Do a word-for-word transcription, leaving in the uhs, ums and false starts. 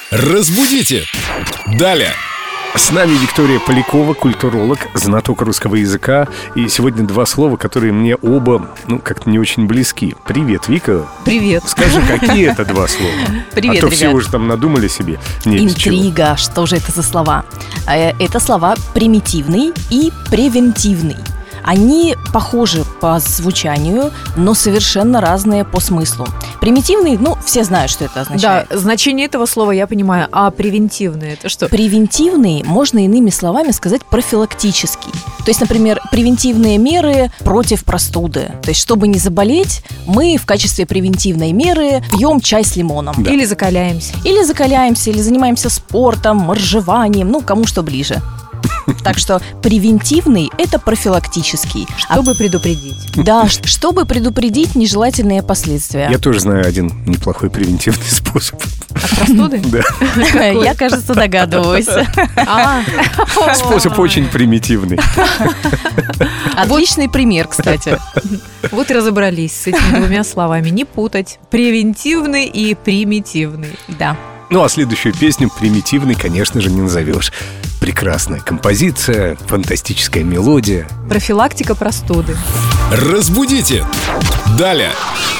Разбудите! Далее! С нами Виктория Полякова, культуролог, знаток русского языка. И сегодня два слова, которые мне оба, ну, как-то не очень близки. Привет, Вика. Привет. Скажи, какие это два слова? Привет, А то ребят. все уже там надумали себе. Не, без чего. Интрига. Что же это за слова? Э, Это слова примитивный и превентивный. Они похожи по звучанию, но совершенно разные по смыслу. Примитивный, ну, все знают, что это означает. Да, значение этого слова я понимаю. А превентивное это что? Превентивный можно иными словами сказать профилактический. То есть, например, превентивные меры против простуды. То есть, чтобы не заболеть, мы в качестве превентивной меры пьем чай с лимоном. Да. Или закаляемся. Или закаляемся, или занимаемся спортом, моржеванием, ну, кому что ближе. Так что превентивный – это профилактический. Чтобы предупредить. Да, ш- чтобы предупредить нежелательные последствия. Я тоже знаю один неплохой превентивный способ. От простуды? Да. Я, кажется, догадываюсь. А, Способ очень примитивный. Отличный пример, кстати. вот и разобрались с этими двумя словами. Не путать. Превентивный и примитивный. Да. Ну, а следующую песню примитивной, конечно же, не назовешь. Прекрасная композиция, фантастическая мелодия. Профилактика простуды. Разбудите! Далее!